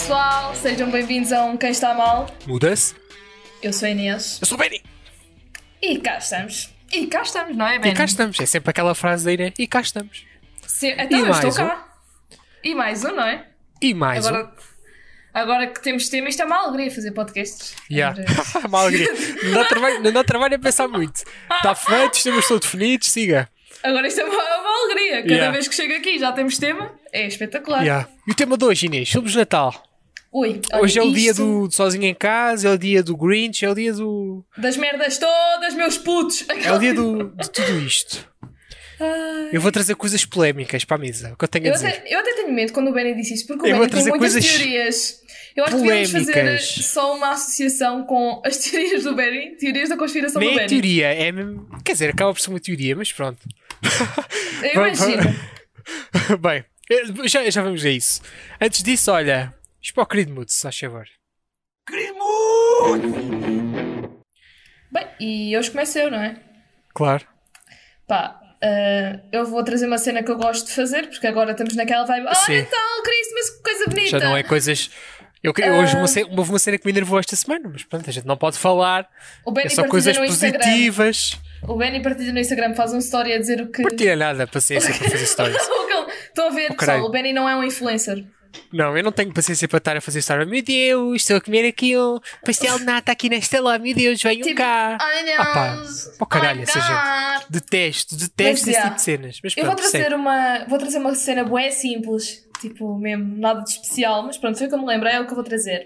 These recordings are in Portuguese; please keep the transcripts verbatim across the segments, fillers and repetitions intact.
pessoal, sejam bem-vindos a um Quem Está Mal. Muda-se. Eu sou a Inês. Eu sou o Benny. E cá estamos. E cá estamos, não é, Benny? E cá estamos. É sempre aquela frase da Inês. E cá estamos. Se... Então E eu mais estou um? cá. E mais um, não é? E mais Agora, agora que temos tema, isto é uma alegria fazer podcasts. um. Yeah. Agora- Uma alegria. Não dá trabalho, não dá trabalho a pensar muito. Está feito, os temas todos definidos. Siga. Agora isto é uma, uma alegria. Cada Yeah. vez que chego aqui já temos tema. É espetacular. Yeah. E o tema de hoje, Inês, sobre o Natal. Ui, olha, Hoje é o dia isto do, do sozinho em casa, é o dia do Grinch, é o dia do... das merdas todas, meus putos. É o dia do, de tudo isto. Ai. Eu vou trazer coisas polémicas para a mesa. O que eu tenho a Eu dizer. até, eu até tenho medo quando o Benny disse isto, porque o Eu vou Benny tem trazer muitas coisas teorias. Eu acho que devíamos fazer polémicas. só uma associação com as teorias do Benny, teorias da conspiração Nem do é Benny. teoria, é mesmo... Quer dizer, acaba por ser uma teoria, mas pronto. Eu imagino. Bem, já, já vamos a isso. Antes disso, olha, isto para o querido Mude, se faz favor. Querido Mude! Bem, e hoje começo eu, não é? Claro. Pá, ah, eu vou trazer uma cena que eu gosto de fazer, porque agora estamos naquela vibe. Oh, Sim. Natal, Christmas, que coisa bonita. Já não é coisas... Eu, eu, hoje uma ce- houve uma cena que me enervou esta semana, mas pronto, a gente não pode falar. O Benny É só partilha coisas no Instagram. positivas. O Benny partilha no Instagram, faz um story a dizer o que. Partilha nada, paciência para fazer stories. O que ele- Estão a ver, Oh, pessoal, caralho. o Benny não é um influencer. Não, eu não tenho paciência para estar a fazer stories. Meu Deus, estou a comer aqui um pastel de nata aqui nesta loja. Meu Deus, venham Tipo, cá. ai Ah, pá, Deus, oh, caralho, ai, essa gente. God. Detesto, Mas, detesto esse yeah. tipo de cenas. Mas Eu vou pronto, trazer segue. uma, vou trazer uma cena bué simples, tipo mesmo, nada de especial, mas pronto, foi o que eu me lembro, é o que eu vou trazer.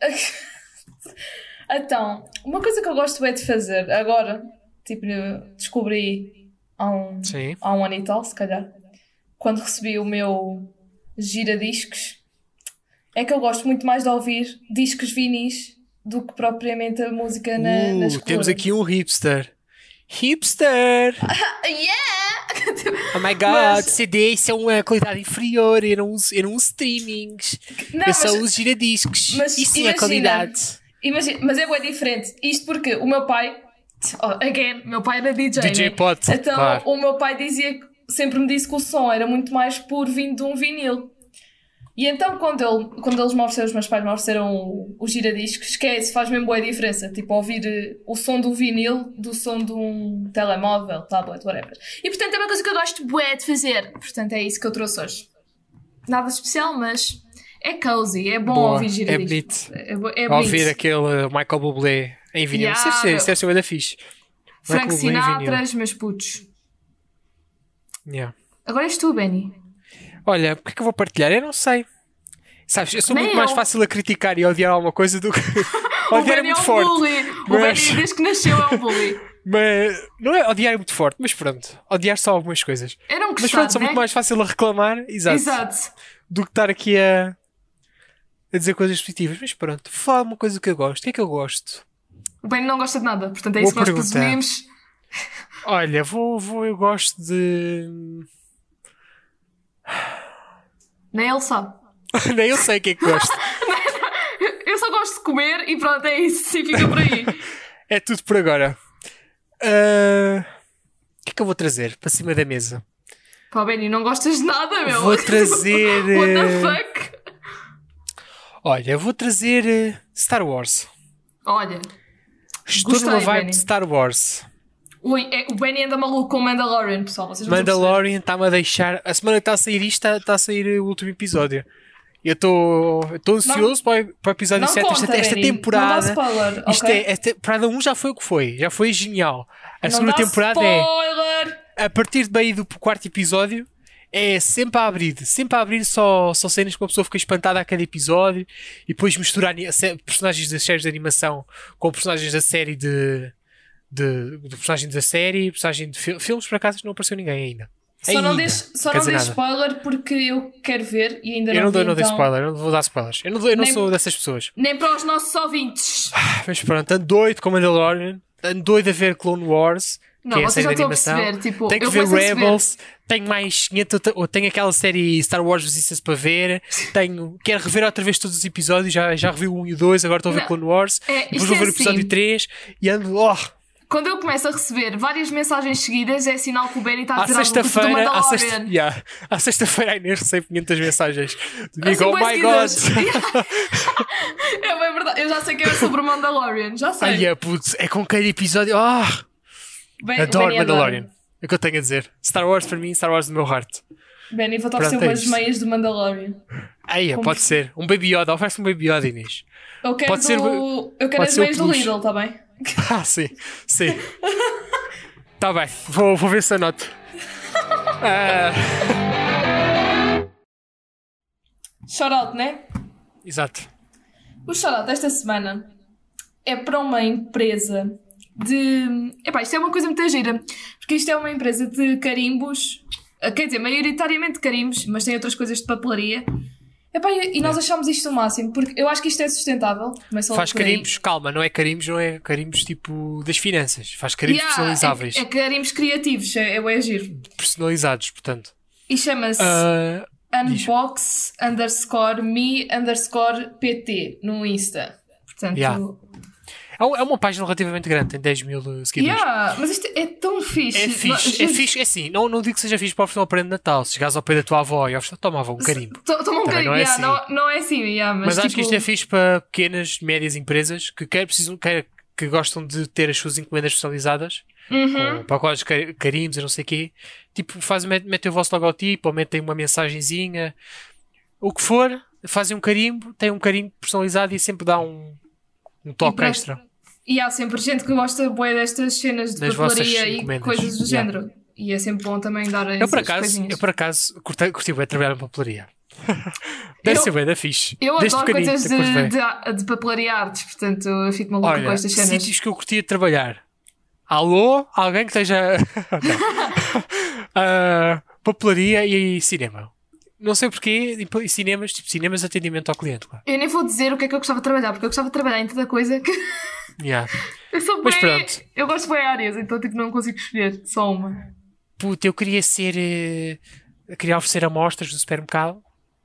Então, uma coisa que eu gosto bué de fazer agora, tipo, eu descobri há um, Sim. há um ano e tal, se calhar, quando recebi o meu giradiscos, é que eu gosto muito mais de ouvir discos vinis do que propriamente a música na, Uh, nas temos colunas. aqui um hipster. Hipster! Yeah! Oh my god, Mas- C Ds são uma qualidade inferior. Eu não uso, eu não uso streamings. Não, eu só mas- uso giradiscos. mas Isso sim é imagina- qualidade. Imagina, mas é bem diferente. Isto porque o meu pai, oh, again, meu pai era D J, D J né? pode, Então claro. o meu pai dizia, sempre me disse que o som era muito mais puro vindo de um vinil. E então quando, ele, quando eles me ofereceram, os meus pais me ofereceram o, o giradiscos, esquece, faz mesmo boa diferença. Tipo, ouvir eh, o som do vinil do som de um telemóvel, tablet, whatever. E portanto é uma coisa que eu gosto bué de fazer. Portanto é isso que eu trouxe hoje. Nada especial, mas é cozy, é bom Boa, ouvir é giradiscos. bonito. É, bo- é bonito. Ouvir aquele Michael Bublé em vinil. Isso deve ser- Yeah. isso deve ser uma da fixe. Frank Michael Bublé em Sinatra, vinil. meus putos. Yeah. Agora és tu, Benny. Olha, porque é que eu vou partilhar? Eu não sei. Sabes, eu sou Nem muito mais eu. fácil a criticar e a odiar alguma coisa do que... O odiar é Benny é muito um forte. bully. O mas- Benny, desde que nasceu, é um bully. Mas não é odiar é muito forte, mas pronto. Odiar só algumas coisas. Eu não Mas gostava, pronto, sou né? muito mais fácil a reclamar, exato, Exato. do que estar aqui a, a dizer coisas positivas. Mas pronto, fala uma coisa que eu gosto. O que é que eu gosto? O Benny não gosta de nada, portanto é Boa isso que nós pergunta. presumimos. Olha, vou, vou, eu gosto de... Nem ele sabe. Nem eu sei o que é que gosto. Eu só gosto de comer e pronto, é isso. E fica por aí. É tudo por agora. Ah, o que é que eu vou trazer para cima da mesa? Pá, Benny, não gostas de nada, meu. Vou trazer... What the eh, fuck? Olha, vou trazer eh, Star Wars. Olha. Estou Gostei, numa vibe Benny. de Star Wars. Ui, é, o Benny anda maluco com o Mandalorian, pessoal. Vocês não estão a Mandalorian está-me a deixar... A semana que está a sair isto, está, está a sair o último episódio. Eu estou estou ansioso para, o- para o episódio Não sete. conta, Esta, esta Benny. temporada... Não dá spoiler, Isto ok? é, a temporada um já foi o que foi. Já foi genial. A Não segunda dá temporada é... spoiler. A partir de bem do quarto episódio é sempre a abrir, sempre a abrir só, só cenas que uma pessoa fica espantada a cada episódio e depois misturar ani- se- personagens das séries de animação com personagens da série de, de, de personagens da série, personagens de fil- filmes. Por acaso não apareceu ninguém ainda. Só não Ainda. deixe só Quer não dizer deixe nada. spoiler porque eu quero ver e ainda Eu não, não dou, vi, não dou então, spoiler, eu não vou dar spoilers. Eu não, dou- eu não Nem- sou dessas pessoas. nem para os nossos ouvintes. Mas pronto, ando doido com Mandalorian, ando doido a ver Clone Wars. Não, que é a vocês série já de estão a animação. perceber, tipo, tenho que eu ver começo a perceber. Rebels, tenho mais quinhentos, ou tenho aquela série Star Wars Resistance para ver, tenho, quero rever outra vez todos os episódios, já, já revi o um e o dois, agora estou a ver Não, Clone Wars, é, depois isto vou é ver o episódio assim. três e ando, oh, Quando eu começo a receber várias mensagens seguidas, é sinal que o Benny está a À dizer alguma coisa do sexta-feira, à sexta, Mandalorian. yeah, à sexta-feira a Inês recebe quinhentas mensagens. Digo, Assim, oh bué my god! seguidas. É bem verdade. Eu já sei que é sobre o Mandalorian. Já sei. Ai, é, putz, é com cada episódio. Ah, Ben- adoro Benny Mandalorian. adora. É o que eu tenho a dizer. Star Wars para mim, Star Wars do meu heart. Benny, vou-te oferecer Pronto, é umas isto. meias do Mandalorian. Aí, Como pode se- ser. Um Baby Yoda, oferece um Baby Yoda, Inês. Eu quero, Pode ser- do... eu quero pode as ser o meias do peluche. Lidl, está bem? Ah, sim, sim. Tá bem, vou, vou ver se anoto. Ah, Shoutout, né? exato. O shoutout desta semana é para uma empresa de... Epá, isto é uma coisa muito gira. Porque isto é uma empresa de carimbos. eh, Quer dizer, maioritariamente carimbos, mas tem outras coisas de papelaria. Epá, e e nós achámos isto o máximo, porque eu acho que isto é sustentável. Começa logo Faz por aí. carimbos, calma, não é carimbos, não é carimbos tipo das finanças. Faz carimbos Yeah, personalizáveis. É, é carimbos criativos, é, é, é giro. Personalizados, portanto. E chama-se Ah, unbox underscore me underscore pt no Insta. Portanto, Yeah. é um- é uma página relativamente grande, tem dez mil uh, seguidores. yeah, mas isto é tão fixe. É fixe, é fixe, é assim, não, não digo que seja fixe para oferecer um prenda de Natal. Se chegares ao pé da tua avó e ofereces, toma avó, um carimbo. To- Toma um Também carinho, não é yeah, assim. não, não é assim, yeah, mas, Mas, acho tipo, que isto é fixe para pequenas, médias empresas que, quer, precisam, quer, que gostam de ter as suas encomendas personalizadas, Uhum. com pacotes de car- carimbos e não sei o quê. Tipo, fazem, met- metem o vosso logotipo ou metem uma mensagenzinha, o que for, fazem um carimbo, têm um carimbo personalizado e sempre dá um, um toque para- extra. E há sempre gente que gosta bué destas cenas de Das vossas papelaria e encomendas. coisas do Yeah. género. E é sempre bom também dar Eu por essas acaso, coisinhas. eu por acaso curti, curti bem trabalhar em papelaria. Deve Eu- ser bem da fixe. Eu Desde adoro pequenino, coisas sempre curti de, bem. de, de papelaria artes, portanto eu fico maluca com Olha, estas cenas. sítios que eu curtia trabalhar. Alô? Alguém que esteja... Não. Ah, papelaria e cinema. Não sei porquê. E e cinemas, tipo cinemas de atendimento ao cliente. Claro. Eu nem vou dizer o que é que eu gostava de trabalhar, porque eu gostava de trabalhar em tanta coisa que Yeah. eu sou Mas bué- pronto. Eu gosto de bué áreas, então tipo, não consigo escolher só uma. Puta, eu queria ser... eh, eu queria oferecer amostras no supermercado.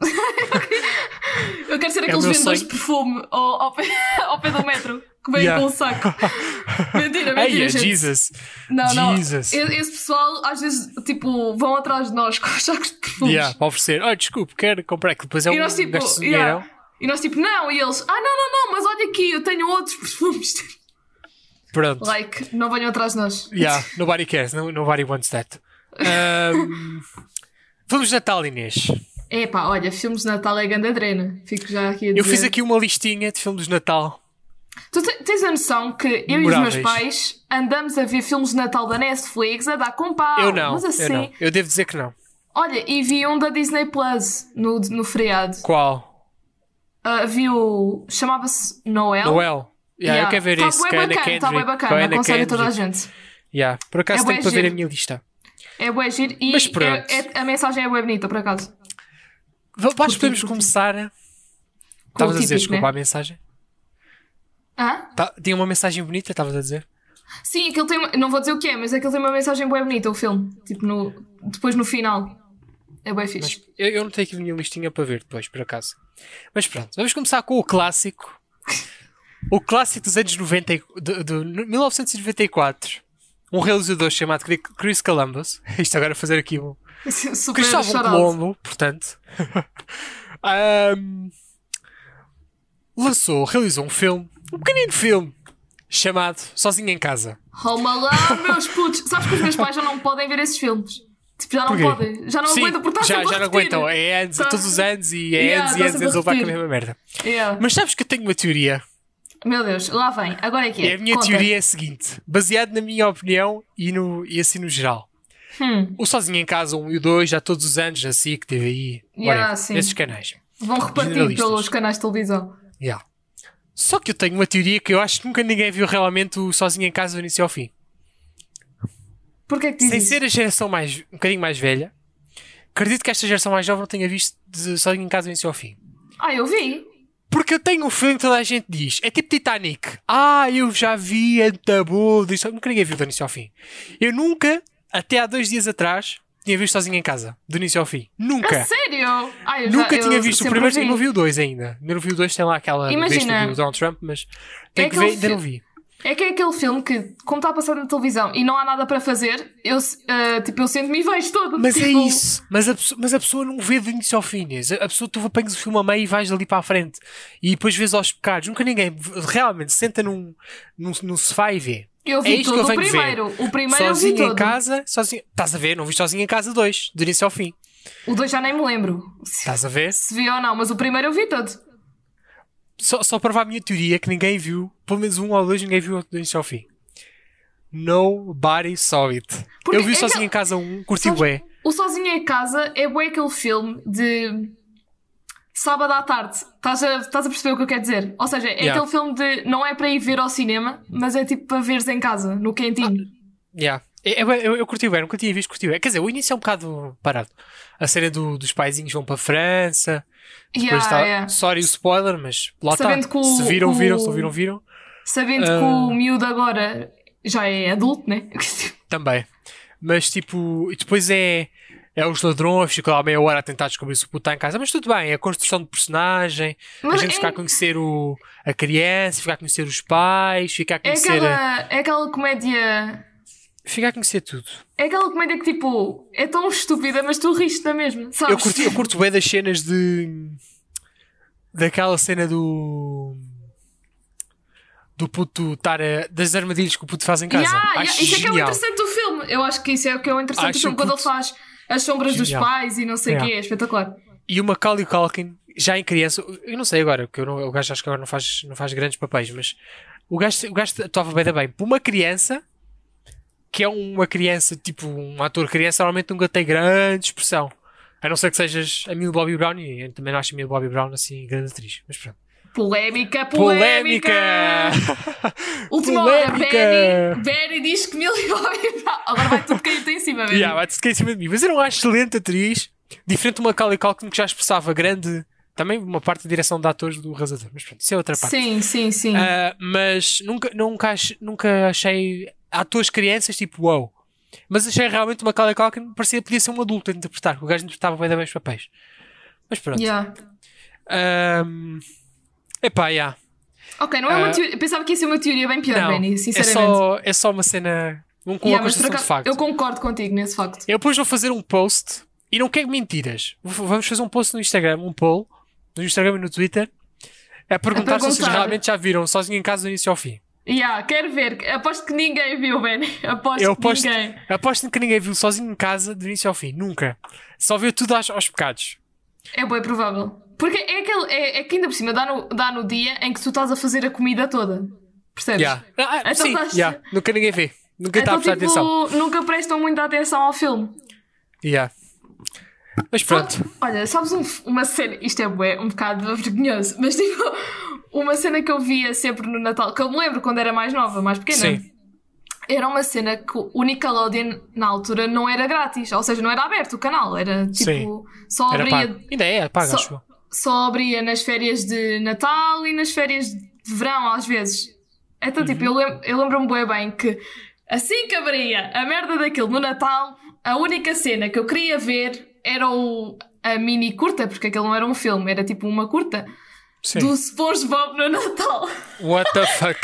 Eu quero ser É o aqueles meu vendedores sonho. de perfume ao, ao, pé, ao pé do metro que vêm Yeah. com o saco. Mentira, mentira, Ei, gente. Jesus. Não, não. Jesus. Esse esse pessoal às vezes tipo vão atrás de nós com os sacos de perfumes. Yeah, para oferecer. Olha, desculpe, quero comprar. Que depois é E um nós tipo, gasto de yeah. dinheiro. E nós tipo, não, e eles, ah, não, não, não, mas olha aqui, eu tenho outros perfumes. Pronto. Like, não venham atrás de nós. Yeah, nobody cares. No, nobody wants that. Um, vamos de Natal, Inês. Epá, olha, filmes de Natal é grande adrena. Fico já aqui a dizer. Eu fiz aqui uma listinha de filmes de Natal. Tu te- tens a noção que eu e os meus Memoráveis. pais andamos a ver filmes de Natal da Netflix a dar com pau. eu não, Mas assim, eu não. Eu devo dizer que não. olha, e vi um da Disney Plus no, no feriado. Qual? Uh, vi o. chamava-se Noel. Noel. Yeah, Eu quero ver tá isso. bué Com a Anna bacana, Kendrick. tá bué com a bacana. Anna Aconselho a toda a Kendrick. gente. Yeah. Por acaso É tenho bué para ver a giro. minha lista. É bué giro e Mas pronto. é- é- a mensagem é bué bonita, por acaso. V- Acho que podemos curti. começar. Com o Estavas a dizer, típico, desculpa, né? a mensagem. Hã? Tá, tinha uma mensagem bonita, estavas a dizer? Sim, aquele tem uma, não vou dizer o que é, mas aquele tem uma mensagem bué bonita, o filme. Tipo, no, depois no final. É bué fixe. Mas eu, eu não tenho aqui a minha listinha para ver depois, por acaso. Mas pronto, vamos começar com o clássico. O clássico dos anos noventa, e- de, de mil novecentos e noventa e quatro. Um realizador chamado Cri- Chris Columbus. Isto agora a fazer aqui um... Super Cristóvão shout-out. Colombo, portanto. Ahm, lançou, realizou um filme, um pequenino filme, chamado Sozinho em Casa. Home Alone, meus putos. Sabes que os meus pais já não podem ver esses filmes. Tipo, já não Porquê? podem. Já não Sim, aguentam porque está já, sempre já a não repetir. aguentam. É anos, Tá. todos os anos e é Yeah, anos e tá anos sempre a anos a levar com a repetir. mesma merda. Yeah. Mas sabes que eu tenho uma teoria? Meu Deus, lá vem. Agora é que E é. a minha Conta. teoria é a seguinte, baseado na minha opinião e, no, e assim no geral. Hum, O Sozinho em Casa um e o dois, já todos os anos, assim que teve aí, Yeah, whatever, sim. esses canais. vão repartir Generalistas. pelos canais de televisão. Yeah. Só que eu tenho uma teoria que eu acho que nunca ninguém viu realmente o Sozinho em Casa do início ao fim. Porquê que diz Sem isso? ser a geração mais, um bocadinho mais velha, acredito que esta geração mais jovem não tenha visto de Sozinho em Casa do início ao fim. Ah, eu vi. Porque eu tenho um filme que toda a gente diz. É tipo Titanic. Ah, eu já vi a tabu. Nunca ninguém viu do início ao fim. Eu nunca, até há dois dias atrás, tinha visto Sozinho em Casa. Do início ao fim. Nunca. A sério? Ah, eu já- Nunca eu tinha visto o sempre primeiro. vi. Eu não vi o dois ainda. Ainda não vi o dois. Tem lá aquela Imagina, besta do Donald Trump. Mas tem é que ver. aquele Ainda não fi- vi. É que é aquele filme que, como está a passar na televisão e não há nada para fazer, eu, uh, tipo, eu sento-me e vejo todo. Mas tipo... é isso. Mas a, pessoa, mas a pessoa não vê do início ao fim. A pessoa, tu apanhas o filme a meio e vais ali para a frente. E depois vês aos pecados. Nunca ninguém realmente senta num, num, num sofá e vê. Eu vi é isto todo que eu o venho primeiro. ver. O primeiro eu vi sozinho todo. em casa, sozinho. Estás a ver? Não vi sozinho em casa dois, do início ao fim. O dois já nem me lembro. Estás a ver? Se vi ou não, mas o primeiro eu vi todo. Só, só para provar a minha teoria que ninguém viu, pelo menos um ou dois, ninguém viu do início ao fim. Nobody saw it. Porque eu vi é sozinho que... em casa um, curti Sabes, bué. o Sozinho em Casa é bué aquele filme de sábado à tarde. Estás a, estás a perceber o que eu quero dizer? Ou seja, é Yeah. aquele filme de não é para ir ver ao cinema, mas é tipo para veres em casa, no quentinho. Yeah. Eu, eu, eu curti bem, nunca tinha visto, curti bem. Quer dizer, o início é um bocado parado. A cena do, dos paizinhos vão para a França. Depois Yeah, está. yeah. Sorry o spoiler, mas lá está. Sabendo que o- Se viram, o- viram. Se não viram, viram. Sabendo Ah. que o miúdo agora já é adulto, né? Também. Mas tipo, e depois é. É os ladrões, ficam lá meia hora a tentar descobrir se o puto está em casa. Mas tudo bem, é a construção de personagem. Mas a gente é- ficar a conhecer o, a criança, ficar a conhecer os pais, ficar a É conhecer. a- aquela, é aquela comédia. Ficar a conhecer tudo. É aquela comédia que tipo é tão estúpida, mas tu riste na mesma, sabes? Eu curto, eu curto bem das cenas de. Daquela cena do. Do puto estar a. Das armadilhas que o puto faz em casa. Yeah, yeah, Acho isso é que é o genial. interessante do filme. Eu acho que isso é o que é o interessante Acho do filme, quando ele puto faz as sombras genial. dos pais e não sei o Yeah. quê, é espetacular. E o Macaulay Culkin, já em criança, eu não sei agora, porque eu não, o gajo acho que agora não faz, não faz grandes papéis, mas o gajo, o gajo estava bem da bem. Para uma criança, que é uma criança, tipo um ator criança, normalmente nunca tem grande expressão. A não ser que sejas a Millie Bobby Brown, e eu também não acho a Millie Bobby Brown assim grande atriz. Mas pronto. Polémica, polémica! Polémica! Última hora, Polémica! Benny, Benny diz que Millie Bobby Brown. Agora vai tudo cair-te em cima, Benny. Yeah, vai-te ficar em cima de mim. Mas era uma excelente atriz, diferente do Macaulay Culkin, que já expressava grande. Também uma parte da direção de atores do Arrasador. Mas pronto, isso é outra parte. Sim, sim, sim. Uh, mas nunca, nunca, ach- nunca achei atores crianças tipo wow. Mas achei realmente o Macaulay Culkin parecia podia ser um adulto a interpretar. O gajo interpretava bem, bem os papéis. Mas pronto. Yeah. Um, epá, yeah. Ok, não é uma Ah. teoria. Pensava que ia ser uma teoria bem pior, Não, Benny, é sinceramente. só, é só uma cena. Um, com Yeah, uma mas por construção de acaso, facto. eu concordo contigo nesse facto. Eu depois vou fazer um post e não quero mentiras. Vou- Vamos fazer um post no Instagram, um poll, no Instagram e no Twitter, a perguntar, se vocês perguntar. realmente já viram sozinho em casa do início ao fim. Yeah, quero ver. Aposto que ninguém viu, Benny. Aposto Eu que aposto, ninguém. aposto que ninguém viu sozinho em casa do início ao fim. Nunca. Só viu tudo aos, aos pecados. É bem provável. Porque é, aquele, é, é que ainda por cima dá no, dá no dia em que tu estás a fazer a comida toda. Percebes? Yeah. Ah, ah, Então sim, estás- yeah. Nunca ninguém vê. Nunca está Então, a prestar tipo, atenção. nunca prestam muita atenção ao filme. Yeah. Mas pronto. Olha, sabes um- uma cena, isto é bué, um bocado vergonhoso, mas tipo, uma cena que eu via sempre no Natal, que eu me lembro quando era mais nova, mais pequena, Sim. era uma cena que o Nickelodeon na altura não era grátis, ou seja, não era aberto o canal, era tipo, Sim. só Era abria, pago. Ainda é, paga, só, acho eu. só abria nas férias de Natal e nas férias de verão, às vezes. Então, tipo, eu, lem eu lembro-me bué bem que assim que abria a merda daquilo no Natal, a única cena que eu queria ver era o, a mini curta, porque aquilo não era um filme, era tipo uma curta, Sim. do SpongeBob no Natal. What the fuck?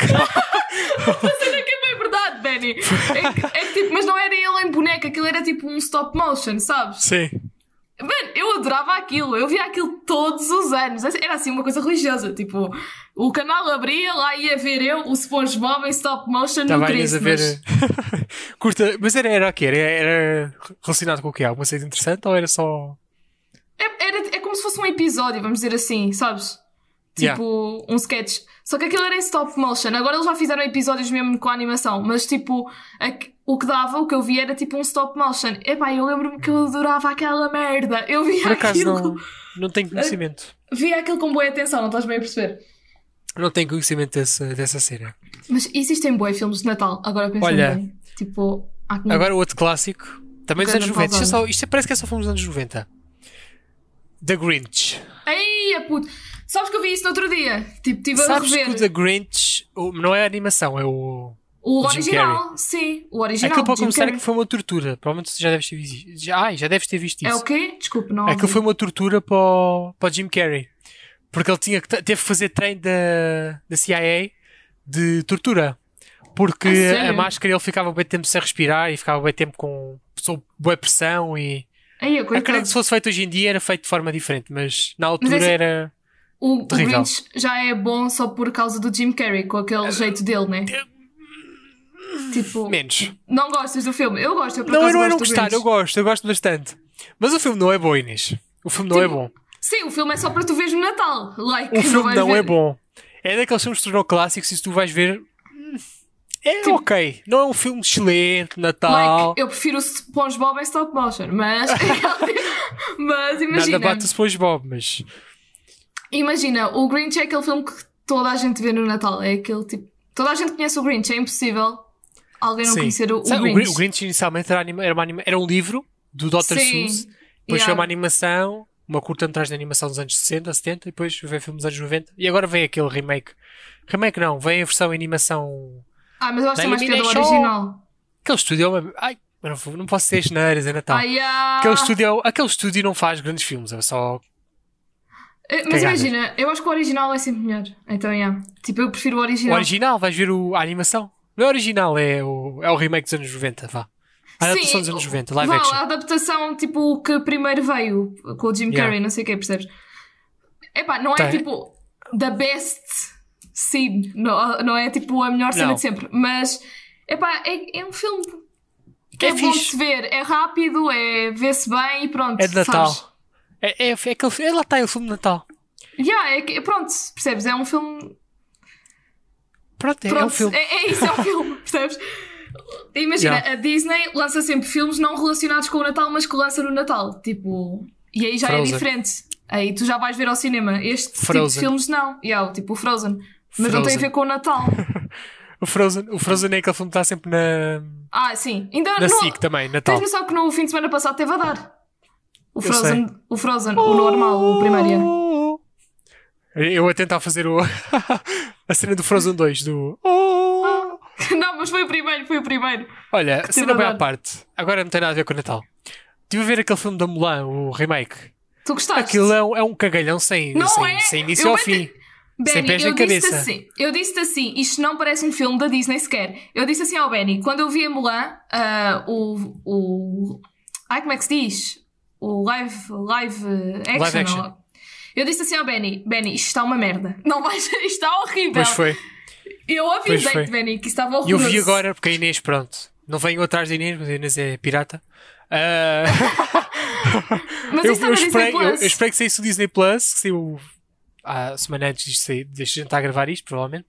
A cena que é bem verdade, Benny. É que, é que, tipo, mas não era ele em boneca, aquilo era tipo um stop motion, sabes? Sim. Mano, eu adorava aquilo, eu via aquilo todos os anos. Era assim uma coisa religiosa, tipo, o canal abria, lá ia ver eu, o SpongeBob em stop motion no Estava ainda a ver. Christmas. Curta. Mas era, era o quê? Era, era relacionado com o quê? Alguma coisa interessante ou era só. É, era, é como se fosse um episódio, vamos dizer assim, sabes? Tipo, um sketch. Só que aquilo era em stop motion. Agora eles já fizeram episódios mesmo com a animação, mas tipo, a, o que dava, o que eu via era tipo um stop motion. Epá, eu lembro-me que eu adorava aquela merda. Eu via Por acaso aquilo. não, não tenho conhecimento. Via aquilo com boa atenção, não estás bem a perceber? Não tenho conhecimento dessa, dessa cena. Mas existem bué filmes de Natal, agora pensando Olha, bem. Tipo, há que... Agora o outro clássico, também dos Grande anos noventa. Isto, é só, pausada. isto é- parece que é só filmes dos anos noventa. The Grinch. Ei, a puto. Sabes que eu vi isso no outro dia? Tipo, estive a Sabes rever. que o The Grinch o- não é a animação, é o. O o Jim original, sim. O original. Aquilo para Jim começar é Carrey. que foi uma tortura. Provavelmente você já deves ter visto. Já, ai, já deves ter visto isso. É o quê? Desculpe, não. Aquilo ouvi. foi uma tortura para o, para o Jim Carrey. Porque ele tinha que, teve que fazer treino da, da C I A de tortura. porque A a sério? máscara ele ficava bem tempo sem respirar e ficava bem tempo com sob boa pressão e Aí, eu, acredito coitado. que se fosse feito hoje em dia era feito de forma diferente, mas na altura Mas é assim- era O, o terrível. Grinch já é bom só por causa do Jim Carrey, com aquele jeito dele, né? Tipo, menos. não gostas do filme? Eu gosto, eu por Não, eu acaso não é não gosto do gostar, Grinch. eu gosto, eu gosto bastante. Mas o filme não é bom, Inês. O filme não é Tipo, bom. Sim, o filme é só para tu veres no Natal. Like, O filme vais não ver- é bom. É daqueles filmes que se tornou clássicos e se tu vais ver. hum, É Tipo- ok. Não é um filme excelente, Natal. Like, eu prefiro o SpongeBob em stop motion, mas. mas imagina. Nada bate o SpongeBob, mas. Imagina, o Grinch é aquele filme que toda a gente vê no Natal. É aquele tipo. Toda a gente conhece o Grinch, é impossível alguém não Sim. conhecer o, o Sabe, Grinch. o Grinch inicialmente era, anima- era, uma anima- era um livro do doutor Sim. Seuss. Depois Yeah. foi uma animação, uma curta-metragem de animação dos anos sessenta, setenta, e depois veio filme dos anos noventa. E agora vem aquele remake. Remake não, vem a versão animação. Ah, mas eu acho que é mais piada do Illumination. original. Aquele estúdio é uma. Ai, eu não, vou- não posso ser geneiras, é Natal. Ai, ah. Aquele estúdio, é- aquele estúdio não faz grandes filmes, é só. Eh, Mas Cagadas. imagina, eu acho que o original é sempre melhor. Então, yeah. Tipo, eu prefiro o O original. original, vais ver o, a animação. Não é original, é o, é o remake dos anos noventa, vá. A adaptação Sim, dos anos noventa, live vá, action. a adaptação, tipo, o que primeiro veio com o Jim Yeah. Carrey, não sei o que, percebes? Epá, não é Tem. tipo the best scene, não, não é tipo a melhor cena Não. de sempre, mas epá, é, é um filme que é, É bom de fixe. se ver, é rápido, é vê-se bem e pronto. É de Natal. Sabes? É, é, é, aquele, é lá está, é o filme de Natal. Yeah, é, que- pronto, percebes? É um filme. Pronto, é, Pronto, é um filme. É, é isso, é um filme, percebes? Imagina, Yeah. a Disney lança sempre filmes não relacionados com o Natal, mas que lança no Natal. Tipo, e aí já Frozen. é diferente. Aí tu já vais ver ao cinema. Este tipo de Frozen. filmes não. Yeah, o tipo o Frozen. Mas não tem a Frozen. ver com o Natal. O Frozen, o Frozen é aquele filme que está sempre na, Ah, sim. Ainda na não. S I C também, Natal. Tens noção que no fim de semana passado teve a dar? O Eu Frozen, o Frozen, o normal, o primário. Eu a tentar fazer o a cena do Frozen dois do Oh. Não, mas foi o primeiro, foi o primeiro. Olha, teve cena a bem à dar. parte. Agora não tem nada a ver com o Natal. Estive a ver aquele filme da Mulan, o remake. Tu gostaste? Aquilo é um, é um cagalhão sem, Não sem, é? sem início Eu ao bem fim. te- Sem Benny, pés nem eu disse cabeça. assim, eu disse assim, isto não parece um filme da Disney sequer. Eu disse assim ao Benny, quando eu vi a Mulan, ah, o, o. Ai, como é que se diz? O live, live action. Live action. ou- Eu disse assim ao Benny, Benny, isto está uma merda. Não vais, isto está horrível. Pois foi. Eu Pois foi. avisei-te, Benny, que isto estava E eu horrível. vi agora, porque a Inês, pronto, não venho atrás da Inês, mas a Inês é pirata. Ah, Mas eu, isto está eu na Disney esperei, eu, Plus. eu esperei que saísse o Disney Plus, que saiu a semana antes disto sair, deste gente a gravar isto, provavelmente.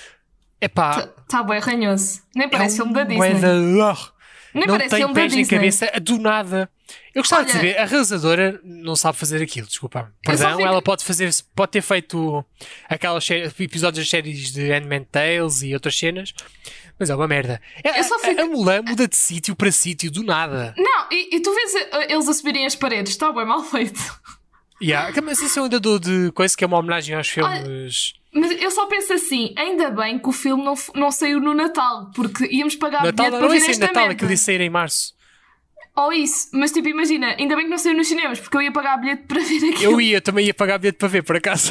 Epá, Está bem ranhoso. Nem parece é filme da um Disney. bué de- Nem não parece tem filme da pés nem Disney. cabeça, do nada. Eu gostava de Olha- saber, a realizadora não sabe fazer aquilo, desculpa. Eu só Perdão, fico- ela pode fazer, pode ter feito aquelas sé- episódios das séries de Handmaid's Tales e outras cenas, mas é uma merda. A, Eu só a- fico- a Mulan muda de sítio para sítio, do nada. Não, e, e tu vês uh, eles a subirem as paredes, está bem mal feito. Yeah, mas isso eu ainda dou de coisa que é uma homenagem aos filmes. Mas eu só penso assim, ainda bem que o filme não, f- não saiu no Natal, porque íamos pagar Natal bilhete não, para não ver ia ser esta Natal, merda. aquilo ia sair em março. Ou isso, mas tipo, imagina, ainda bem que não saiu nos cinemas, porque eu ia pagar bilhete para ver aquilo. Eu ia, também ia pagar bilhete para ver, por acaso.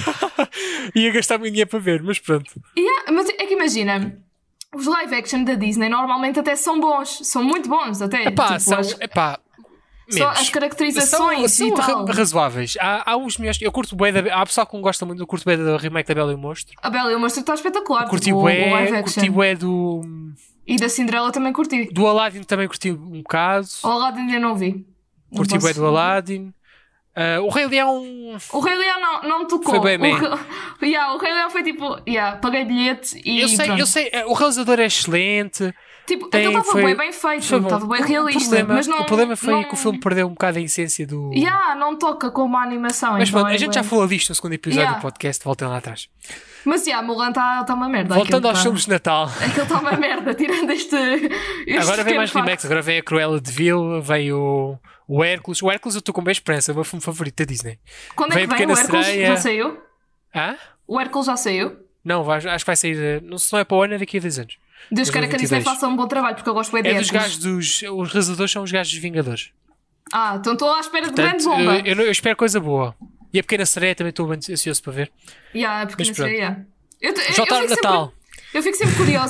Ia gastar muito dinheiro para ver, mas pronto. Yeah, mas é que imagina, os live action da Disney normalmente até são bons, são muito bons até. Epá, tipo, são. as, Epá, só menos. as caracterizações são, e são tal. ra- razoáveis. Há, há uns melhores. Eu curto bem da. Há pessoal que não gosta muito, eu curto bem da remake da Bela e o Monstro. A Bela e o Monstro está espetacular, Curti tipo, o, o live bué, action. curti bué do. E da Cinderela também curti. Do Aladdin também curti um bocado. O Aladdin ainda não vi. Não Curti posso- bué do Aladdin. Ah, o Rei Leão. O Rei Leão não, não me tocou. Foi bem, bem. O, Rei- yeah, o Rei Leão foi tipo, yeah, paguei bilhete e Eu sei, pronto. eu sei, o realizador é excelente. Tipo, Tem- aquilo estava foi- bem, bem feito, foi bom. estava bem O realista. problema, mas não, o problema foi não, que o filme perdeu um bocado a essência do. Yeah, não toca como a animação. Mas então pronto, é a gente bué. já falou disto no segundo episódio Yeah. do podcast, voltem lá atrás. Mas yeah, Mulan está tá uma merda. Voltando aquilo aos tá- filmes de Natal. Aquilo está uma merda, tirando este. este Agora vem pequeno mais facto. remakes, agora vem a Cruella de Vil, vem o, o Hércules. O Hércules eu estou com bem esperança, é o meu filme favorito da Disney. Quando Vem é a que vem? O Pequena Hércules Sereia. já saiu? Hã? O Hércules já saiu? Não, vai- acho que vai sair. eh, Não, se não é para o ano, é daqui a dez anos. Deus queira que a Disney dois mil e vinte e dois. faça um bom trabalho, porque eu gosto bem de É dos Hércules. gajos dos. Os realizadores são os gajos dos Vingadores. Ah, então estou à espera de grande Portanto, bomba. eu, eu, eu espero coisa boa. E a Pequena Sereia também estou bem ansioso para ver. Yeah, porque Mas não sei, pronto. yeah. Eu, te- eu, Já está eu no fico Natal. Sempre, eu fico sempre curiosa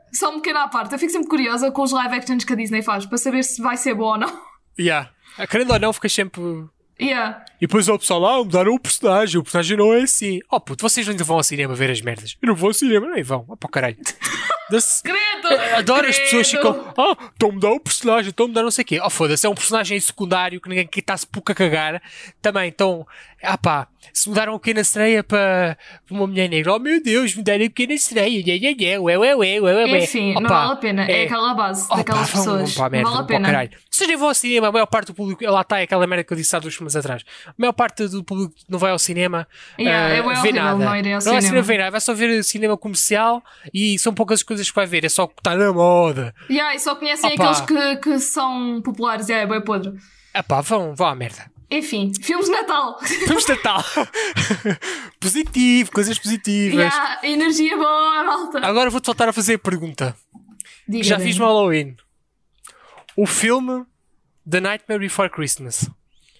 só um pequeno à parte. Eu fico sempre curiosa com os live actions que a Disney faz para saber se vai ser bom ou não. Yeah. Querendo ou não, ficas sempre. Yeah. E depois o pessoal lá, ah, mudaram o personagem, o personagem não é assim. Oh puto, vocês ainda vão ao cinema ver as merdas. Eu não vou ao cinema, nem vão. Ah, para o caralho. Credo! Adoro credo. as pessoas que ficam, ah, estão a mudar o personagem, estão a mudar não sei o quê. Oh foda-se, é um personagem secundário que ninguém está-se pouco a cagar. Também estão, ah pá, se mudaram a Pequena Sereia para uma mulher negra, oh meu Deus, mudaram a Pequena Sereia, ué, ué, ué, ué, ué, ué, ué. Enfim, oh, não pá, vale a pena, é, é aquela base oh, daquelas pá, vão, pessoas. vão para a merda, vale a vão para o pena. caralho. Vocês nem vão ao cinema, a maior parte do público, lá está, é aquela merda que eu disse há duas semanas atrás. A maior parte do público não vai ao cinema, Yeah, uh, é bem vê horrível nada. não irem ao não vai cinema. ver nada, vai só ver cinema comercial e são poucas as coisas que vai ver, é só o que está na moda. Yeah, e só conhecem Opa. aqueles que, que são populares, é bem podre. Ah pá, vão, vão à merda. Enfim, filmes de Natal. Vamos de Natal. Positivo, coisas positivas. Yeah, energia boa, malta. Agora vou-te voltar a fazer a pergunta. Diga, Já bem. fiz no Halloween. O filme The Nightmare Before Christmas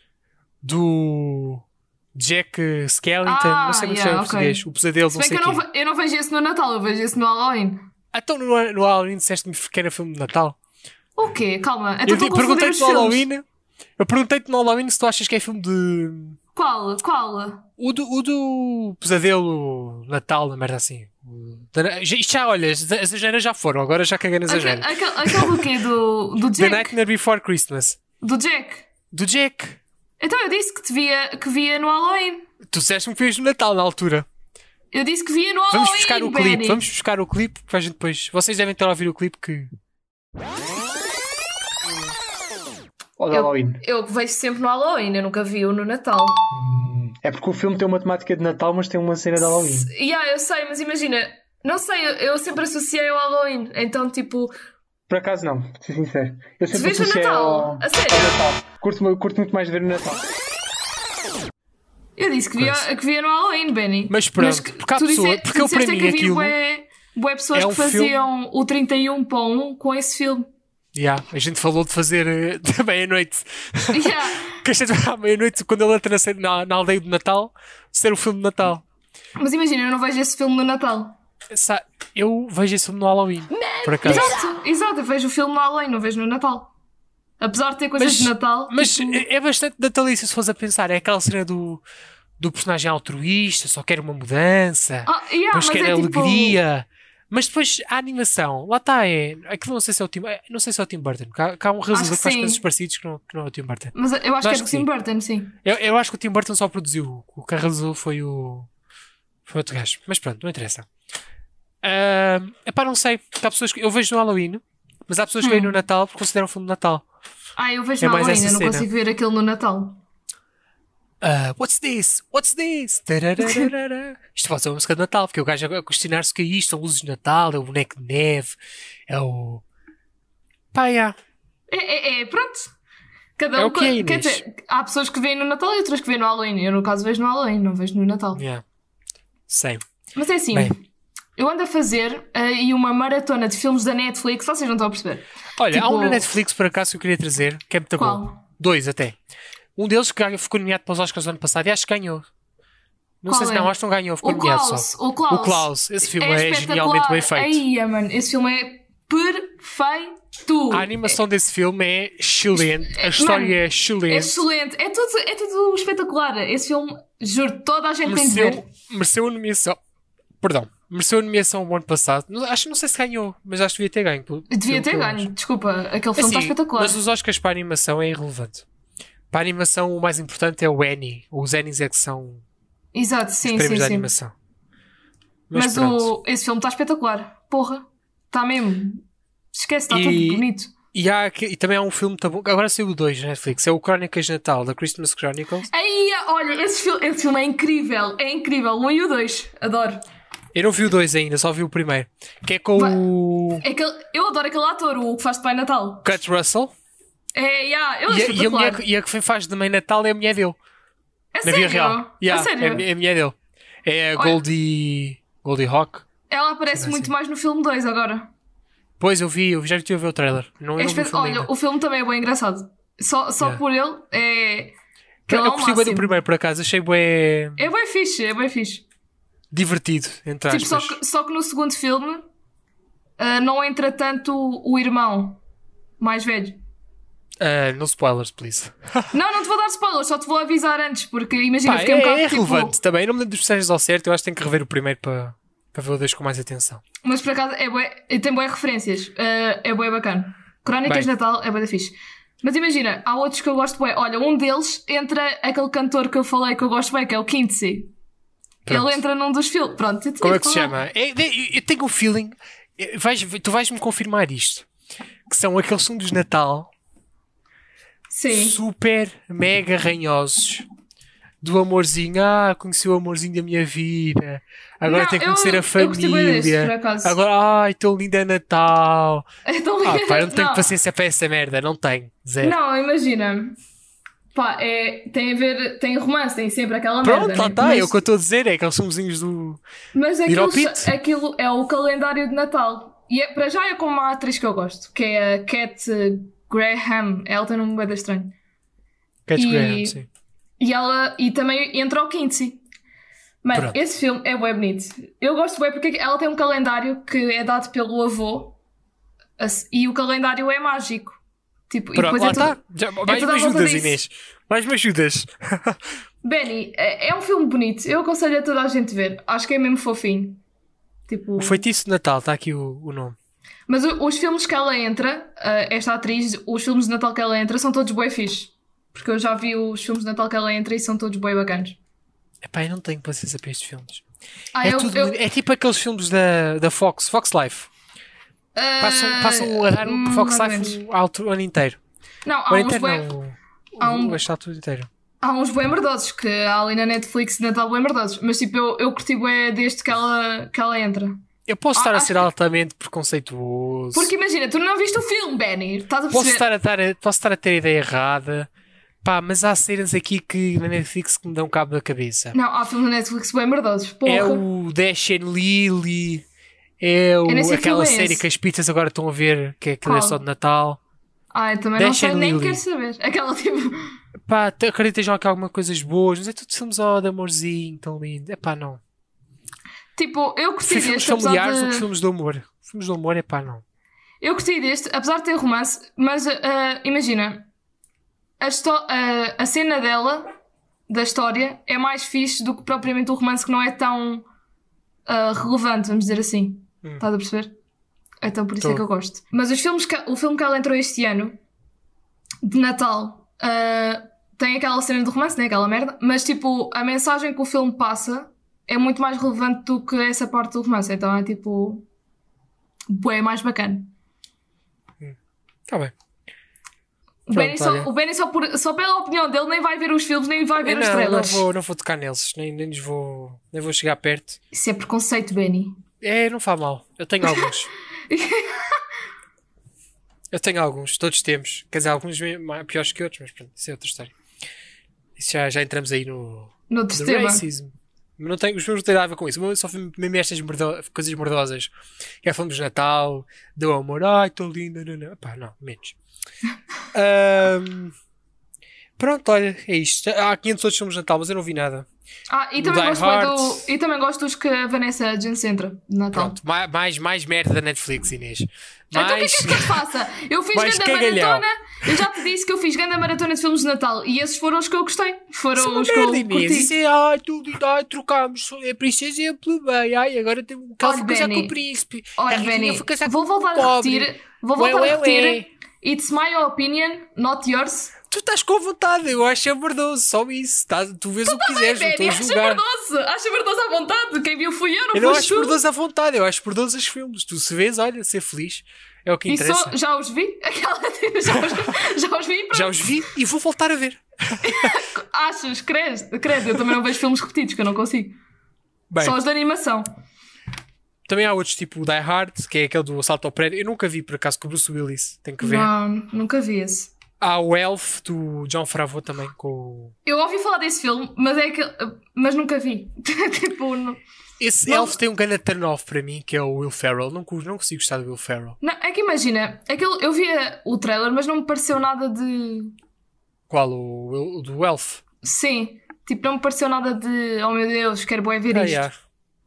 do Jack Skellington, Ah, não sei como yeah, chama em ok. português, o pesadelo, Se não bem sei que o eu não, quê. ve- eu não vejo esse no Natal, eu vejo esse no Halloween. Então no, no Halloween disseste-me que era filme de Natal. O quê? Calma. Então Eu estou di- a confundir perguntei-te os no filmes. Halloween. Eu perguntei-te no Halloween se tu achas que é filme de. Qual? Qual? O do, o do pesadelo Natal, uma merda assim. O da- já- Isto já, olha, as as agendas já foram, agora já caguei nas Aquele, agendas. aquele, aquele do quê? Do, do The Jack? Nightmare Before Christmas. Do Jack? Do Jack. Então eu disse que, te via, que via no Halloween. Tu disseste-me que vias no Natal na altura. Eu disse que via no Halloween, Vamos buscar o Benny. clipe, vamos buscar o clipe que a gente depois. Vocês devem ter a ouvir o clipe que. Ou de Eu, Halloween. eu vejo sempre no Halloween, eu nunca vi-o no Natal. É porque o filme tem uma temática de Natal, mas tem uma cena de Halloween. E yeah, eu sei, mas imagina, não sei, eu, eu sempre associei ao Halloween. Então, tipo, Por acaso não, para ser sincero. Eu se sempre vês no associei Natal, ao... a sério, ao Natal. Curto, curto muito mais ver no Natal. eu disse que via, Coisa. que via no Halloween, Benny. Mas pronto, que porque há tu pessoa- disse- porque tu eu, para disseste mim, que havia aquilo bué, bué pessoas é um que faziam o trinta e um para um com esse filme. Yeah, a gente falou de fazer eh, da meia-noite. Yeah. Que a gente vai à meia-noite, quando ele entra na, cena- na, na aldeia de Natal, ser o filme de Natal. Mas imagina, eu não vejo esse filme no Natal. Sa- Eu vejo esse filme no Halloween, por acaso. Exato, exato, eu vejo o filme no Halloween, não vejo no Natal. Apesar de ter coisas Mas, de Natal. mas tipo, é é bastante natalício se fores a pensar. É aquela cena do, do personagem altruísta, só quer uma mudança, Ah, yeah, depois mas quer é tipo- alegria. Mas depois a animação, lá está, é. Aquilo não sei se é o Tim, é- não sei se é o Tim Burton. Que há, que há um realizador que faz sim. coisas parecidas que não, que não é o Tim Burton. Mas eu acho Acho que é do que Tim sim. Burton, sim. Eu, eu acho que o Tim Burton só produziu. O que realizou foi o. Foi outro gajo. Mas pronto, não interessa. É epá, não sei. Porque há pessoas que eu vejo no Halloween, mas há pessoas que veem no Natal porque consideram o filme de Natal. Ah, eu vejo É no mais Halloween, essa eu não cena. consigo ver aquele no Natal. Ah, what's this? What's this? Tarararara. Isto pode ser uma música de Natal, porque o gajo a questionar-se o que é isto, são luzes de Natal, é o boneco de neve, é o. Pá, yeah. É, é, é, pronto. Cada É um. o que é, Quer Inês. dizer, há pessoas que veem no Natal e outras que veem no Halloween. Eu, no caso, vejo no Halloween, não vejo no Natal. Yeah. Sei. Mas é assim, Bem. eu ando a fazer aí uma maratona de filmes da Netflix, vocês não estão a perceber. Olha, há Tipo- um na Netflix por acaso que eu queria trazer, que é muito Qual? bom. Dois até. Um deles que ganhou- ficou nomeado para os Oscars do ano passado e acho que ganhou. Não Qual sei se é? não, acho que não ganhou, ficou O nomeado Klaus, só. o Klaus. O Klaus. Esse filme é, espetacular. genialmente bem feito. Aí, mano, esse filme é perfeito. A animação desse filme é excelente. A história Mano, é É excelente. excelente. É tudo, é tudo espetacular. Esse filme, juro, toda a gente tem de ver. Mereceu, mereceu a nomeação. Perdão. Mereceu a nomeação o ano passado. Não, acho, não sei se ganhou, mas acho que devia ter ganho. pelo- Devia pelo ter que eu ganho, acho. desculpa. Aquele filme está Assim, espetacular. mas os Oscars para a animação é irrelevante. Para a animação, o mais importante é o Annie. Os Annies é que são Exato, os sim, sim, prémios da sim. animação. Mas, Mas pronto. o, esse filme está espetacular. Porra, está mesmo. Esquece, está E- tudo bonito. E, há, aqui- e também há um filme tão bom. Agora saiu o dois na Netflix. É o Crónicas de Natal, da Christmas Chronicles. Aí, olha, esse filme, esse filme é incrível. É incrível. O um e o dois. Adoro. Eu não vi o dois ainda, só vi o primeiro. Que é com Vai. o É aquele, eu adoro aquele ator, o que faz de Pai Natal. Kurt Russell. É, yeah, ele é E a, e, a espetacular. mulher, e a que faz de Mãe Natal é a mulher dele. É Na sério? vida real. Yeah, a sério? É, é a mulher dele. É a Olha. Goldie. Goldie Hawk. Ela aparece Sim, muito sim. mais no filme dois agora. Pois eu vi, eu já estive a ver o trailer. Não, É eu não vi o espe- filme olha, ainda. o filme também é bem engraçado. Só, só Yeah. por ele é. Que Eu, ele é eu o curti bem do máximo. primeiro, por acaso. Achei bem É bem fixe, é bem fixe. divertido, entre Tipo, só aspas. que, só que no segundo filme uh, não entra tanto o irmão mais velho. Uh, no spoilers, please. Não, não te vou dar spoilers, só te vou avisar antes, porque imagina, Pá, fiquei um é, bocado é tipo... relevante também. Eu não me lembro dos personagens ao certo. Eu acho que tenho que rever o primeiro para, para ver o dois com mais atenção. Mas por acaso é bué, tem boas referências. Uh, é bué bacana. Crónicas de Bem. Natal é bué da fixe. Mas imagina, há outros que eu gosto bué. Olha, um deles entra aquele cantor que eu falei que eu gosto bué, que é o Kinsey. Pronto. Ele entra num dos filmes. Pronto, eu tinha Como é que se falar. chama? É, é, eu tenho um feeling. é, Vais, tu vais-me confirmar isto. Que são aqueles filmes de Natal Sim. super mega ranhosos. Do amorzinho. Ah, conheci o amorzinho da minha vida. Agora Não, tenho que eu- conhecer a eu gostei bué deste, por família. acaso. Agora, ai, tão lindo é Natal. Então, Ah, pá, eu não tenho não. paciência para essa merda. Não tenho. Zero. Não, imagina. Pá, é, tem a ver, tem romance, tem sempre aquela Pronto, merda. lá né? está. Mas, É o que eu estou a dizer. É aqueles filmezinhos do. mas Ir ao aquilo, pit. aquilo é o calendário de Natal. E é, para já é com uma atriz que eu gosto, que é a Cat Graham. Ela tem um nome bem estranho. Cat E- Graham, sim. E ela e também entra o Kinsey. Mano, Pronto. esse filme é bué bonito. Eu gosto bué porque ela tem um calendário que é dado pelo avô as- e o calendário é mágico. Tipo, e Pronto, depois lá é tudo... está. Já- Mais tudo me à volta ajudas, disso. Inês. Mais me ajudas. Benny, é, é um filme bonito. Eu aconselho a toda a gente ver. Acho que é mesmo fofinho. Tipo... O Feitiço de Natal, está aqui o, o nome. Mas o- os filmes que ela entra, uh, esta atriz, os filmes de Natal que ela entra são todos bué fixe. Porque eu já vi os filmes de Natal que ela entra e são todos bué bacanas. Epá, eu não tenho paciência para estes filmes. Ah, é, eu, tudo eu, muito- é tipo aqueles filmes da, da Fox, Fox Life. Passam, uh, passam a dar um hum, Fox mais ou Life menos. o, alto- o ano inteiro. Não, O há ano uns inteiro bué... não. O, há um- o achado tudo inteiro. Há uns bué merdosos que há ali na Netflix de Natal bué merdosos. Mas tipo, eu, eu curti bué desde que ela, que ela entra. Eu posso Ah, estar a acho ser que- altamente preconceituoso. Porque imagina, tu não viste o filme, Benny. Estás a Posso perceber? estar a, dar a- posso estar a ter a ideia errada. Pá, mas há cenas aqui que na Netflix que me dão cabo da cabeça. Não, há filmes na Netflix bué merdosos. Porra. É o Dash and Lily. É o, Eu nem sei que aquela filme é série esse. que as pizzas agora estão a ver, que é aquilo é Qual? só de Natal. Ai, também não Dash sei, and nem Lily. quero saber. Aquela tipo... Pá, te- acredito que estejam aqui algumas coisas boas, mas é tudo filmes ó, de amorzinho, tão lindo. É pá, não. Tipo, eu curti Prefiro filmes deste, apesar familiares do que de... filmes de humor. Filmes de humor, é pá, não. Eu gostei deste, apesar de ter romance, mas ah, imagina, a, histó- ah, a cena dela, da história, é mais fixe do que propriamente o romance, que não é tão ah, relevante, vamos dizer assim. Hum. Estás a perceber? Então por isso Tô. é que eu gosto. Mas os filmes que, o filme que ela entrou este ano, de Natal, ah, tem aquela cena do romance, né? Aquela merda, mas tipo, a mensagem que o filme passa é muito mais relevante do que essa parte do romance. Então é tipo, bué, mais bacana. Tá bem. O Benny, Pronto, só, olha. o Benny só, por- só pela opinião dele nem vai ver os filmes, nem vai ver Eu os não, não trailers. vou, não vou tocar neles, nem, nem lhes vou, nem vou chegar perto. Isso é preconceito, Benny. É, não faz mal. Eu tenho alguns. Eu tenho alguns, todos temos. Quer dizer, alguns mais- piores que outros, mas pronto, isso é outra história. Isso já, já entramos aí no, No no sistema. racism. Mas não tenho, os meus não têm nada a ver com isso. Eu só fui mesmo estas merdo- coisas merdosas. Que é filmes de Natal, deu amor, ai, estou linda, não, não. Pá, não, menos. Ahm, pronto, olha, é isto. Há quinhentos outros filmes de Natal, mas eu não vi nada. Ah, e Do também, Die gosto bué Hard. do, e também gosto dos que a Vanessa Hudgens entra de Natal. Pronto, mais, mais, mais merda da Netflix, Inês. Então o que é Mais... que queres que eu te faça? Eu fiz Mais grande cagalhão. maratona. Eu já te disse que eu fiz grande maratona de filmes de Natal e esses foram os que eu gostei. Foram Isso é uma os que eu merda, Inês. curti. Isso é, ai, tudo, ai, trocámos. É por isso exemplo, bem. Ai, agora tem um ela Olha, foi casar Benny. com o príncipe. a Olha, Riquinha Benny, foi casar vou com o voltar a pobre. repetir. Vou Ué, voltar ué, a repetir. ué. It's my opinion, not yours. Tu estás com vontade, eu acho abordoso, só isso. Tá, tu vês o que quiseres, não estou Benny, a acha julgar. verdoso. Acha verdoso à vontade. Quem viu fui eu, não Eu não foste acho tu. bordoso à vontade, eu acho bordoso os filmes. Tu se vês, olha, ser feliz é o que E interessa. só, já os vi? Aquela, já, os, já os vi e pronto. Já os vi e vou voltar a ver. Achas? Credo, credo. Eu também não vejo filmes repetidos, que eu não consigo. Bem, Só os de animação. também há outros tipo o Die Hard, que é aquele do assalto ao prédio. Eu nunca vi por acaso com o Bruce Willis, tenho que ver. Não, nunca vi esse. Há o Elf do John Favreau também com o... Eu ouvi falar desse filme, mas é que, mas nunca vi. Tipo, não, Esse Não. Elf tem um grande turn-off para mim, que é o Will Ferrell. Não, cu- não consigo gostar do Will Ferrell. não, é que imagina, aquele, eu via o trailer, mas não me pareceu nada de. Qual? O, Will- o do Elf? Sim, tipo, não me pareceu nada de. Oh meu Deus, quero bué ver Ah, isto. yeah.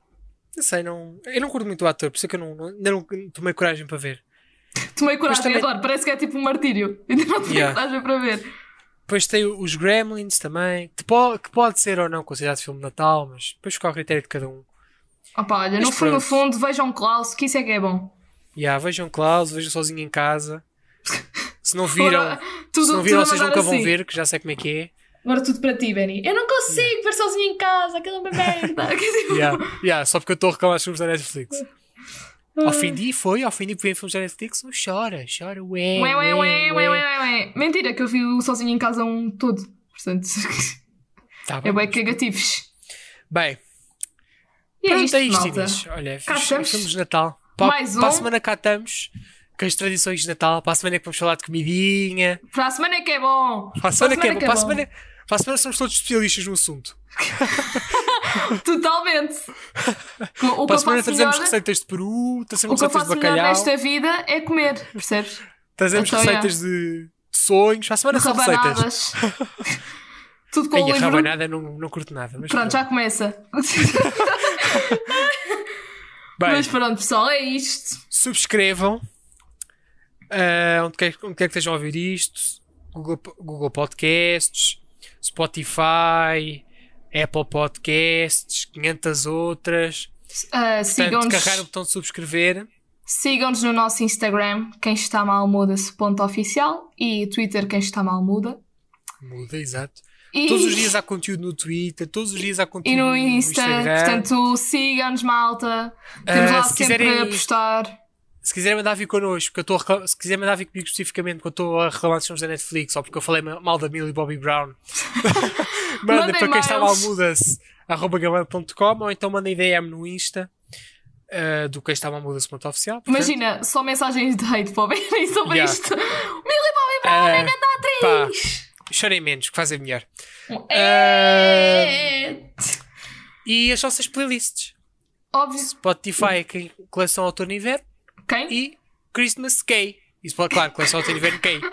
Não sei, não, eu não curto muito o ator, por isso é que eu não, não, ainda não tomei coragem para ver. Tomei coragem, também... adoro, parece que é tipo um martírio. Ainda não tomei Yeah. coragem para ver. Depois tem os Gremlins também, que pode, que pode ser ou não considerado filme de Natal, mas depois fica ao critério de cada um. Opa, olha, Mas no fundo, no pronto. fundo, vejam Klaus, que isso é que é bom. Yeah, vejam Klaus, vejam sozinho em casa. Se não viram, Agora, tudo, se não viram tudo a vocês mandar nunca vão assim. ver, que já sei como é que é. Agora tudo para ti, Benny. Eu não consigo ver sozinho em casa, aquilo é uma merda. Yeah, yeah, só porque eu estou a reclamar dos filmes da Netflix. Ao fim de foi, ao fim de ver filmes da Netflix, não chora, chora, ué, Ué, ué, ué, ué, ué. ué, ué. Mentira, que eu vi o sozinho em casa um todo. Portanto, Tá é bem. bem cagativos. Bem, E é pronto, isto, é isto, malta. Inês. Olha, Cá fiz estamos. filmes de Natal. Para, Mais para a um. semana cá estamos, com as tradições de Natal. Para a semana é que vamos falar de comidinha. Para a semana é que é bom. Para a semana, que é, para a semana, para a semana somos todos especialistas no assunto. Totalmente. O que Para a eu semana faço melhor, trazemos receitas de peru, o trazemos que eu receitas de faço melhor bacalhau, nesta vida é comer, percebes? trazemos Então, receitas de, de sonhos. Para a semana são receitas. Rabanadas. Tudo com Aí o a livro. rabanada não, não curto nada. Mas Pronto, já começa. Bem, Mas pronto, pessoal, é isto. subscrevam ah, onde, quer, onde quer que estejam a ouvir isto. Google, Google Podcasts, Spotify, Apple Podcasts, quinhentas outras. Uh, Portanto, Sigam-nos carregar o botão de subscrever. sigam-nos no nosso Instagram, quem está mal muda-se ponto oficial, e Twitter, quem está mal muda. Muda, exato. E, Todos os dias há conteúdo no Twitter, todos os dias há conteúdo e no no Insta, Instagram. portanto, sigam-nos, malta. Temos Ah, lá se sempre quiserem- a postar. Se quiserem mandar vir connosco, porque eu estou a reclamar, se quiserem mandar vir comigo especificamente, porque eu estou a reclamar dos filmes da Netflix, ou porque eu falei mal da Millie Bobby Brown, manda Mandem para quem está mal mails. muda-se arroba gmail ponto com, ou então mandem D M no Insta ah, do quem está mal muda-se ponto oficial. Portanto, Imagina, só mensagens de hate para o Benny sobre Yeah. isto. Millie Bobby Brown Ah, é grande atriz! chorem menos, que fazem melhor. É... E as nossas playlists. Óbvio. Spotify, quem coleção Outono e Inverno, Quem? e Christmas K. Isso pode, claro, coleção Outono e Inverno K. Juro,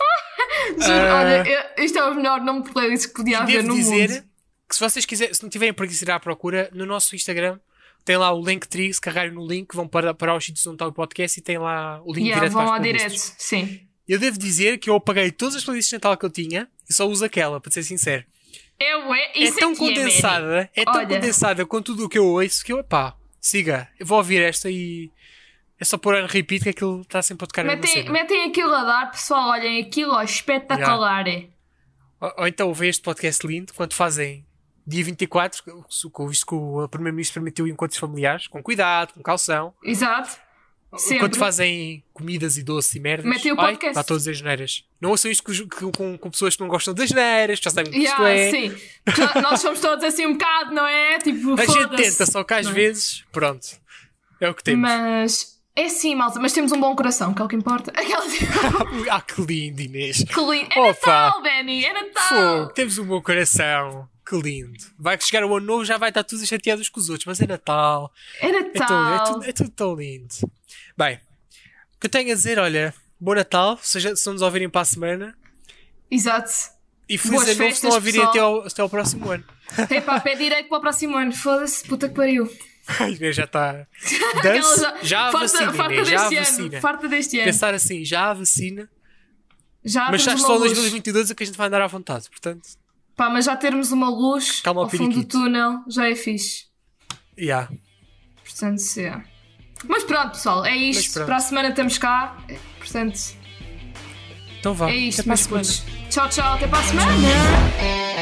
Ah, olha, eu- isto é o melhor nome de playlist que podia E haver devo no dizer mundo. que se vocês quiserem, se não tiverem para ir à procura, no nosso Instagram tem lá o Linktree, se carregarem no link, vão para, para os sítios onde está o podcast e tem lá o link Yeah, direto vão para lá as direto, playlists. sim. Eu devo dizer que eu apaguei todas as playlists de Natal que eu tinha e só uso aquela, para ser sincero. Eu, é, É isso tão é que é, Benny. condensada, é tão Olha. condensada com tudo o que eu ouço que eu, pá, siga, eu vou ouvir esta e é só pôr em repeat que aquilo está sempre a tocar na mesma Metem, cena. metem aquilo a dar, pessoal, olhem aquilo, ó, espetacular. é. Ou, ou então ouvem este podcast lindo quando fazem dia vinte e quatro, com isto que o Primeiro-Ministro permitiu encontros familiares, com cuidado, com calção. Exato. Sempre. Quando fazem comidas e doces e merdas, Metem o ai, podcast. dá todas as asneiras. Não ouçam isto com, com, com pessoas que não gostam das asneiras, já sabem o que isto Yeah, é. sim. Já- nós somos todos assim um bocado, não é? Tipo, A gente foda-se. tenta, só que às Não é? vezes, pronto, é o que temos. Mas é sim, malta, mas temos um bom coração, que é o que importa. Aquela Ah, que lindo, Inês. que lindo. É Opa. Natal, Benny, é Natal. Fogo, temos um bom coração. Que lindo. Vai chegar o ano novo, já vai estar tudo chateados com os outros, mas é Natal. É É, tão, é, Natal. tudo, é tudo tão lindo. Bem, o que eu tenho a dizer, olha, bom Natal, seja, se não nos ouvirem para a semana, Exato. e feliz Boas ano novo se festas, não ouvirem até pessoal. ao, até ao próximo ano. Epá, pé direito para o próximo ano. Foda-se, puta que pariu. A Inês já está. Aquela Dance, já a farta, vacina, farta Inês, já a deste vacina. ano. Farta deste ano. Pensar assim, já a vacina, Já mas temos já uma só em luz. dois mil e vinte e dois é que a gente vai andar à vontade, portanto, Pá, mas já termos uma luz Calma ao ao fundo do periquito. túnel já é fixe. yeah. Portanto, sim. Mas pronto, pessoal, é Mas isto. pronto. Para a semana estamos cá. Portanto, Então vá, é isto, até para a meus semana. putos. Tchau, tchau. Até para a semana.